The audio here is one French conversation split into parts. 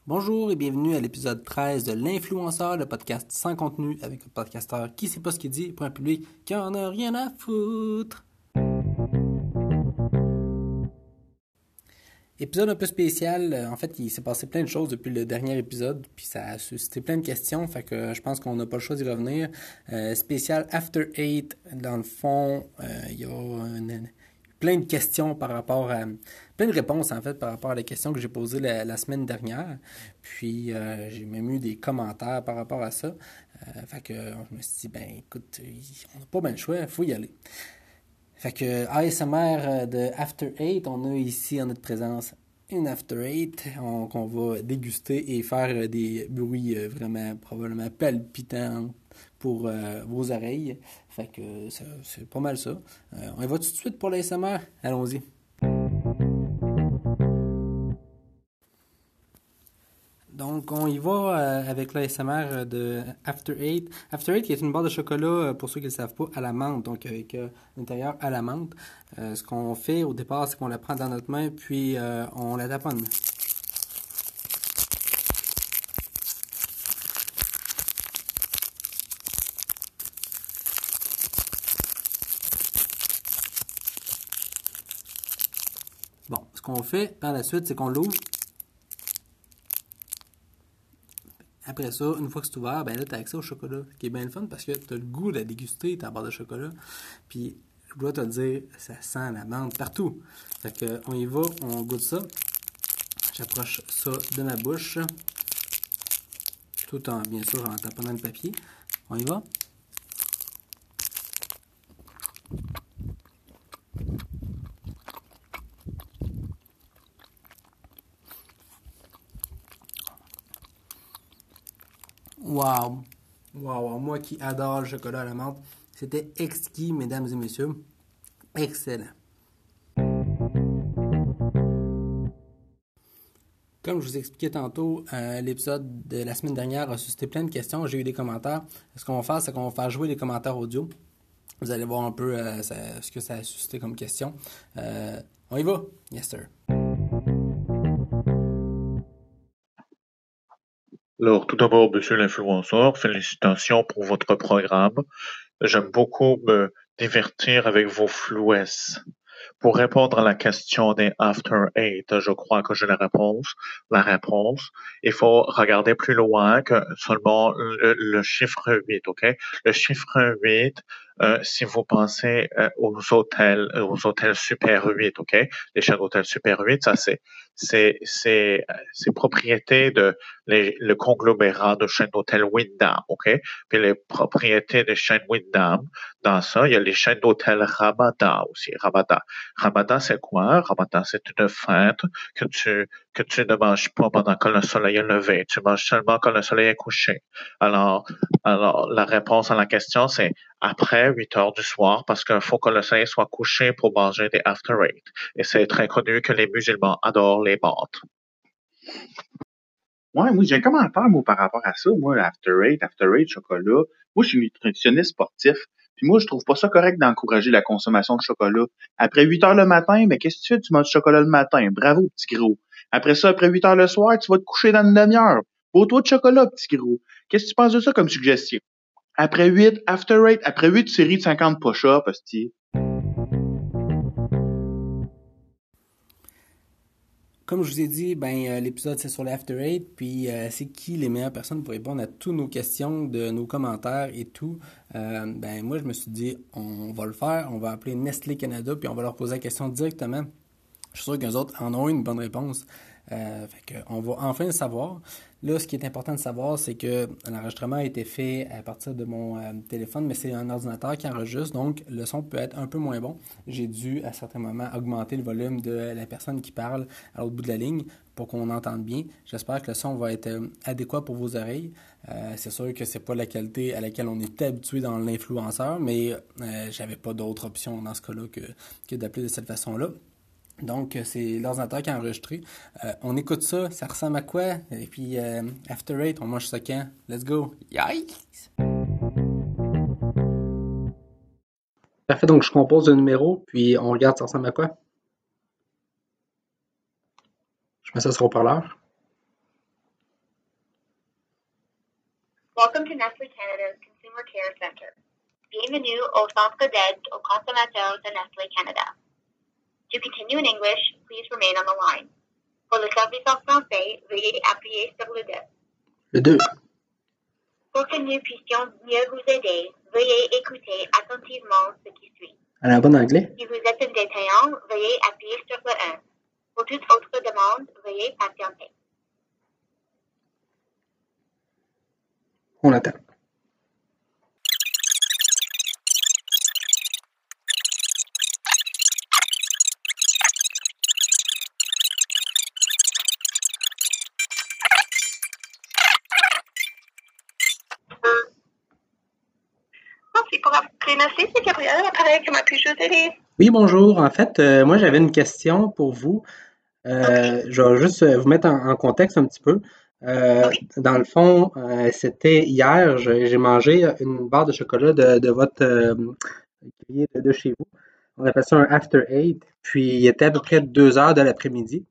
Bonjour et bienvenue à l'épisode 13 de l'Influenceur, le podcast sans contenu avec un podcasteur qui sait pas ce qu'il dit pour un public qui en a rien à foutre. Épisode un peu spécial, en fait il s'est passé plein de choses depuis le dernier épisode, puis ça a suscité plein de questions, fait que je pense qu'on n'a pas le choix d'y revenir. Spécial After Eight, dans le fond, il y a plein de questions par rapport à... plein de réponses en fait par rapport à la question que j'ai posée la semaine dernière, puis j'ai même eu des commentaires par rapport à ça, fait que je me suis dit, ben écoute, on n'a pas bien le choix, il faut y aller. Fait que ASMR de After Eight, on a ici en notre présence une After Eight qu'on va déguster et faire des bruits vraiment probablement palpitants pour vos oreilles. Fait que c'est pas mal ça. On y va tout de suite pour l'ASMR? Allons-y. Donc, on y va avec l'ASMR de After Eight. After Eight qui est une barre de chocolat, pour ceux qui ne le savent pas, à la menthe, donc avec l'intérieur à la menthe. Ce qu'on fait au départ, c'est qu'on la prend dans notre main, puis on la taponne. Bon, ce qu'on fait par la suite, c'est qu'on l'ouvre. Après ça, une fois que c'est ouvert, ben là, tu as accès au chocolat, ce qui est bien le fun parce que tu as le goût de la déguster, ta barre de chocolat. Puis, je dois te le dire, ça sent la menthe partout. Fait que, on y va, on goûte ça. J'approche ça de ma bouche, tout en, bien sûr, en taponnant le papier. On y va. Wow! Wow! Moi qui adore le chocolat à la menthe, c'était exquis, mesdames et messieurs. Excellent. Comme je vous expliquais tantôt, l'épisode de la semaine dernière a suscité plein de questions. J'ai eu des commentaires. Ce qu'on va faire, c'est qu'on va faire jouer les commentaires audio. Vous allez voir un peu ce que ça a suscité comme question. On y va? Yes, sir. Alors, tout d'abord, monsieur l'influenceur, félicitations pour votre programme. J'aime beaucoup me divertir avec vos flouesses. Pour répondre à la question des After Eight, je crois que j'ai la réponse. La réponse, il faut regarder plus loin que seulement le chiffre 8, ok? Le chiffre 8, si vous pensez aux hôtels Super 8, ok? Les chaînes d'hôtels Super 8, ça c'est propriété de le conglomérat de chaînes d'hôtels Wyndham, ok? Puis les propriétés des chaînes Wyndham, dans ça, il y a les chaînes d'hôtels Ramada aussi, Ramada. Ramadan, c'est quoi? Ramadan, c'est une fête que tu ne manges pas pendant que le soleil est levé. Tu manges seulement quand le soleil est couché. Alors, la réponse à la question, c'est après 8 heures du soir, parce qu'il faut que le soleil soit couché pour manger des after eight. Et c'est très connu que les musulmans adorent les pâtes. Ouais, moi, j'ai un commentaire, moi, par rapport à ça. Moi, After Eight, chocolat. Moi, je suis nutritionniste sportif. Puis moi, je trouve pas ça correct d'encourager la consommation de chocolat. Après 8 heures le matin, ben, qu'est-ce que tu fais? Tu manges du chocolat le matin. Bravo, petit gros. Après ça, après 8 heures le soir, tu vas te coucher dans une demi-heure. Beau-toi de chocolat, petit gros. Qu'est-ce que tu penses de ça comme suggestion? Après 8, After Eight, après 8 séries de 50 push-ups, hostie. Comme je vous ai dit, l'épisode c'est sur l'After Eight, puis c'est qui les meilleures personnes pour répondre à toutes nos questions, de nos commentaires et tout. Moi je me suis dit, on va le faire, on va appeler Nestlé Canada, puis on va leur poser la question directement. Je suis sûr qu'eux autres en ont une bonne réponse. On va enfin le savoir. Là, ce qui est important de savoir, c'est que l'enregistrement a été fait à partir de mon téléphone, mais c'est un ordinateur qui enregistre, donc le son peut être un peu moins bon. J'ai dû, à certains moments, augmenter le volume de la personne qui parle à l'autre bout de la ligne pour qu'on entende bien. J'espère que le son va être adéquat pour vos oreilles. C'est sûr que c'est pas la qualité à laquelle on est habitué dans l'influenceur, mais j'avais pas d'autre option dans ce cas-là que d'appeler de cette façon-là. Donc, c'est l'ordinateur qui a enregistré. On écoute ça, ça ressemble à quoi? Et puis, After Eight, on mange ça quand? Let's go! Yikes! Parfait, donc je compose le numéro, puis on regarde ça ressemble à quoi? Je mets ça sur haut-parleur. Welcome to Nestle Canada's Consumer Care Centre. Bienvenue au Centre d'aide aux consommateurs de Nestle Canada. To continue in English, please remain on the line. Pour le service en français, veuillez appuyer sur le 2. Le 2. Pour que nous puissions mieux vous aider, veuillez écouter attentivement ce qui suit. Elle a un bon anglais? Si vous êtes un détaillant, veuillez appuyer sur le 1. Pour toute autre demande, veuillez patienter. On attend. Merci pour appeler Nestlé, c'est Gabrielle, l'appareil, comment puis-je vous aider? Oui, bonjour. En fait, moi, j'avais une question pour vous. Je vais juste vous mettre en contexte un petit peu. Dans le fond, c'était hier, j'ai mangé une barre de chocolat de votre grillé de chez vous. On appelle ça un After Eight. Puis, il était à peu près 2 heures de l'après-midi.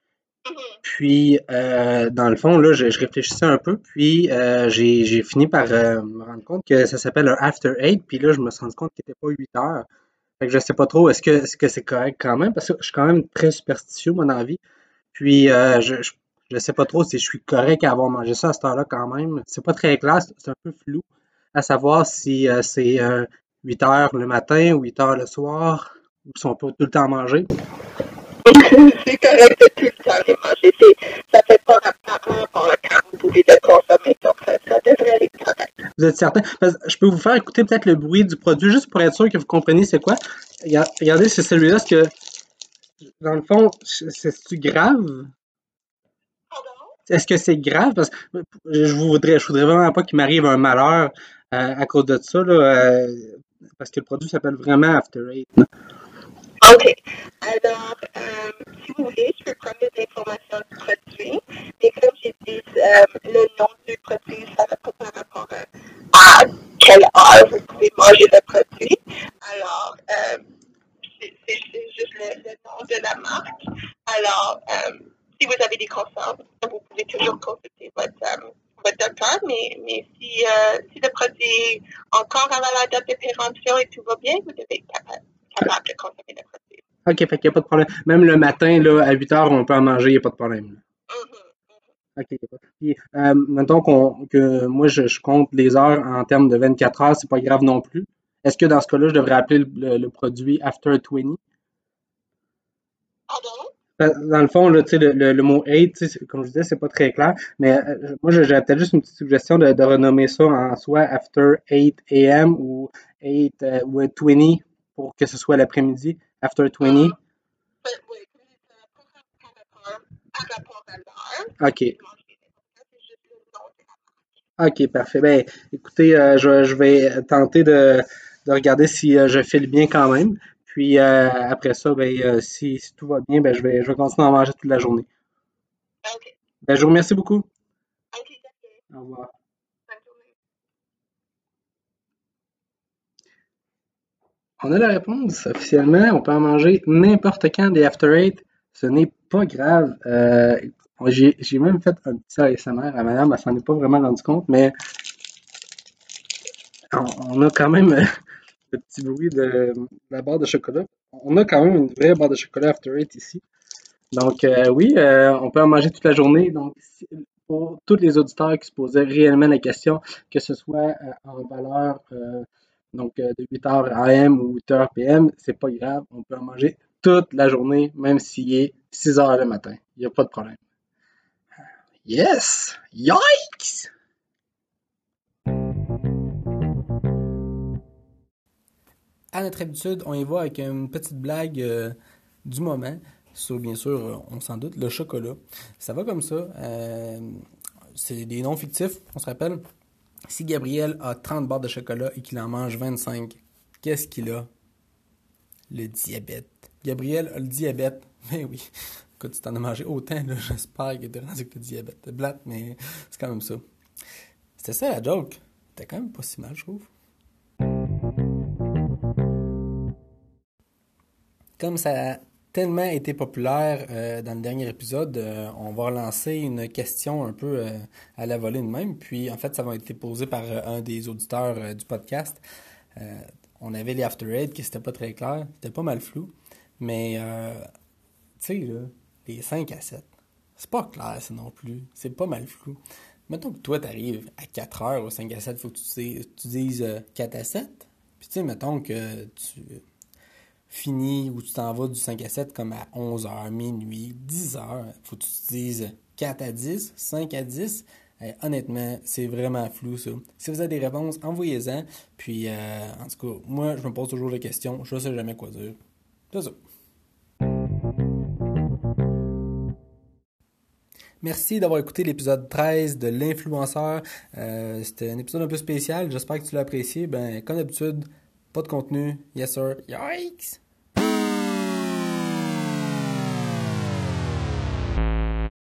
Puis, dans le fond, là, je réfléchissais un peu. Puis, j'ai fini par me rendre compte que ça s'appelle un After Eight. Puis là, je me suis rendu compte qu'il n'était pas 8 heures. Fait que je sais pas trop, est-ce que c'est correct quand même? Parce que je suis quand même très superstitieux, moi, dans la vie. Puis, je sais pas trop si je suis correct à avoir mangé ça à cette heure-là quand même. C'est pas très clair, c'est un peu flou à savoir si c'est 8 heures le matin ou 8 heures le soir, ou si on peut tout le temps manger. C'est correct de tout le temps les manger. Ça fait pas rapport à quand vous pouvez le consommer, donc ça devrait aller correct. Vous êtes certain? Parce que je peux vous faire écouter peut-être le bruit du produit juste pour être sûr que vous compreniez c'est quoi. Regardez, c'est celui-là, est-ce que, dans le fond, c'est-tu grave? Pardon? Est-ce que c'est grave? Parce que je voudrais vraiment pas qu'il m'arrive un malheur à cause de ça, là, parce que le produit s'appelle vraiment After Eight. OK. Alors, si vous voulez, je peux prendre des informations du produit. Mais comme j'ai dit, le nom du produit, ça n'a pas par rapport à quelle heure vous pouvez manger le produit. Alors, c'est juste le nom de la marque. Alors, si vous avez des concerns, vous pouvez toujours consulter votre docteur, mais si le produit est encore avant la date de péremption et tout va bien, vous devez être capable de consommer le produit. OK, fait qu'il n'y a pas de problème. Même le matin, là, à 8 heures, on peut en manger, il n'y a pas de problème. OK, y a pas. Puis, mettons que moi, je compte les heures en termes de 24 heures, c'est pas grave non plus. Est-ce que dans ce cas-là, je devrais appeler le produit After 20? Pardon? Dans le fond, là, tu sais, le mot 8, tu sais, comme je disais, c'est pas très clair, mais moi, j'avais peut-être juste une petite suggestion de renommer ça en soit After 8 a.m. ou 8 ou 20 pour que ce soit l'après-midi, After 20. Oui, par rapport à l'heure. OK. OK, parfait. Ben, écoutez, je vais tenter de regarder si je file bien quand même. Puis après ça, ben, si tout va bien, ben, je vais continuer à manger toute la journée. OK. Ben, je vous remercie beaucoup. OK, d'accord. Au revoir. Bonne journée. On a la réponse officiellement. On peut en manger n'importe quand des After Eight. Ce n'est pas grave. J'ai même fait un petit ASMR à madame. Elle s'en est pas vraiment rendu compte, mais on a quand même le petit bruit de la barre de chocolat. On a quand même une vraie barre de chocolat After Eight ici. Donc, oui, on peut en manger toute la journée. Donc, pour tous les auditeurs qui se posaient réellement la question, que ce soit en valeur de 8h AM ou 8h PM, c'est pas grave. On peut en manger toute la journée, même s'il est 6h le matin. Il n'y a pas de problème. Yes! Yikes! À notre habitude, on y va avec une petite blague du moment sur, bien sûr, on s'en doute, le chocolat. Ça va comme ça. C'est des noms fictifs, on se rappelle. Si Gabriel a 30 barres de chocolat et qu'il en mange 25, qu'est-ce qu'il a? Le diabète. Gabriel a le diabète. Ben oui. Écoute, si t'en as mangé autant, là, j'espère que t'es rendu avec le diabète. C'est blate, mais c'est quand même ça. C'était ça la joke. C'était quand même pas si mal, je trouve. Comme ça tellement été populaire dans le dernier épisode, on va relancer une question un peu à la volée de même. Puis, en fait, ça va être posé par un des auditeurs du podcast. On avait les After Eight qui c'était pas très clair, c'était pas mal flou. Mais, tu sais, là, les 5 à 7, c'est pas clair, ça non plus. C'est pas mal flou. Mettons que toi, t'arrives à 4 heures au 5 à 7, faut que tu dises 4 à 7. Puis, tu sais, mettons que tu finis ou tu t'en vas du 5 à 7 comme à 11 heures, minuit, 10 heures. Faut que tu te dises 4 à 10, 5 à 10. Honnêtement, c'est vraiment flou, ça. Si vous avez des réponses, envoyez-en. Puis, en tout cas, moi, je me pose toujours la question. Je sais jamais quoi dire. C'est ça. Merci d'avoir écouté l'épisode 13 de l'influenceur. C'était un épisode un peu spécial. J'espère que tu l'as apprécié. Ben, comme d'habitude, pas de contenu. Yes sir. Yikes!